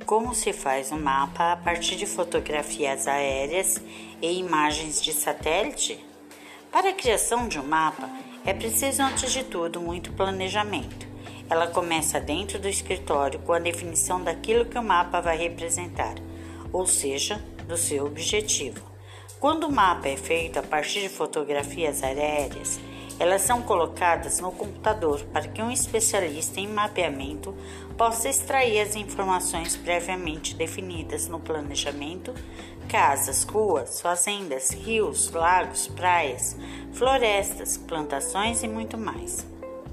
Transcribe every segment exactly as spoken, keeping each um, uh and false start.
Como se faz um mapa a partir de fotografias aéreas e imagens de satélite? Para a criação de um mapa, é preciso, antes de tudo, muito planejamento. Ela começa dentro do escritório com a definição daquilo que o mapa vai representar, ou seja, do seu objetivo. Quando o mapa é feito a partir de fotografias aéreas, elas são colocadas no computador para que um especialista em mapeamento possa extrair as informações previamente definidas no planejamento: casas, ruas, fazendas, rios, lagos, praias, florestas, plantações e muito mais.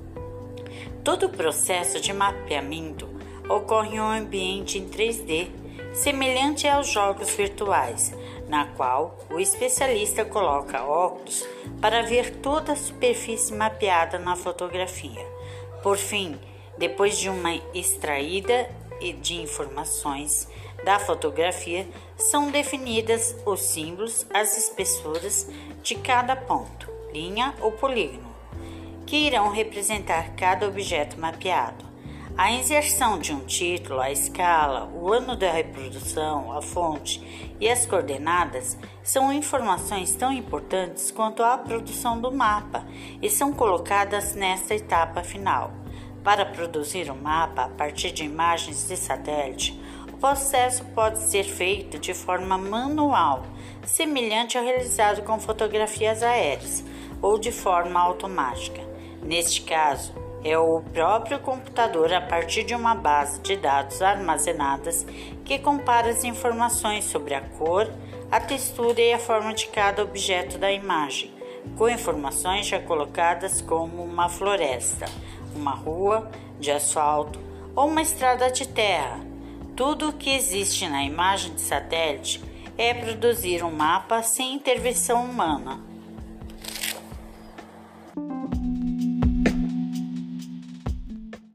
Todo o processo de mapeamento ocorre em um ambiente em três D, semelhante aos jogos virtuais, na qual o especialista coloca óculos para ver toda a superfície mapeada na fotografia. Por fim, depois de uma extraída de informações da fotografia, são definidas os símbolos, as espessuras de cada ponto, linha ou polígono, que irão representar cada objeto mapeado. A inserção de um título, a escala, o ano da reprodução, a fonte e as coordenadas são informações tão importantes quanto a produção do mapa e são colocadas nesta etapa final. Para produzir um mapa a partir de imagens de satélite, o processo pode ser feito de forma manual, semelhante ao realizado com fotografias aéreas, ou de forma automática. Neste caso, é o próprio computador, a partir de uma base de dados armazenadas, que compara as informações sobre a cor, a textura e a forma de cada objeto da imagem, com informações já colocadas como uma floresta, uma rua de asfalto ou uma estrada de terra. Tudo o que existe na imagem de satélite é produzir um mapa sem intervenção humana.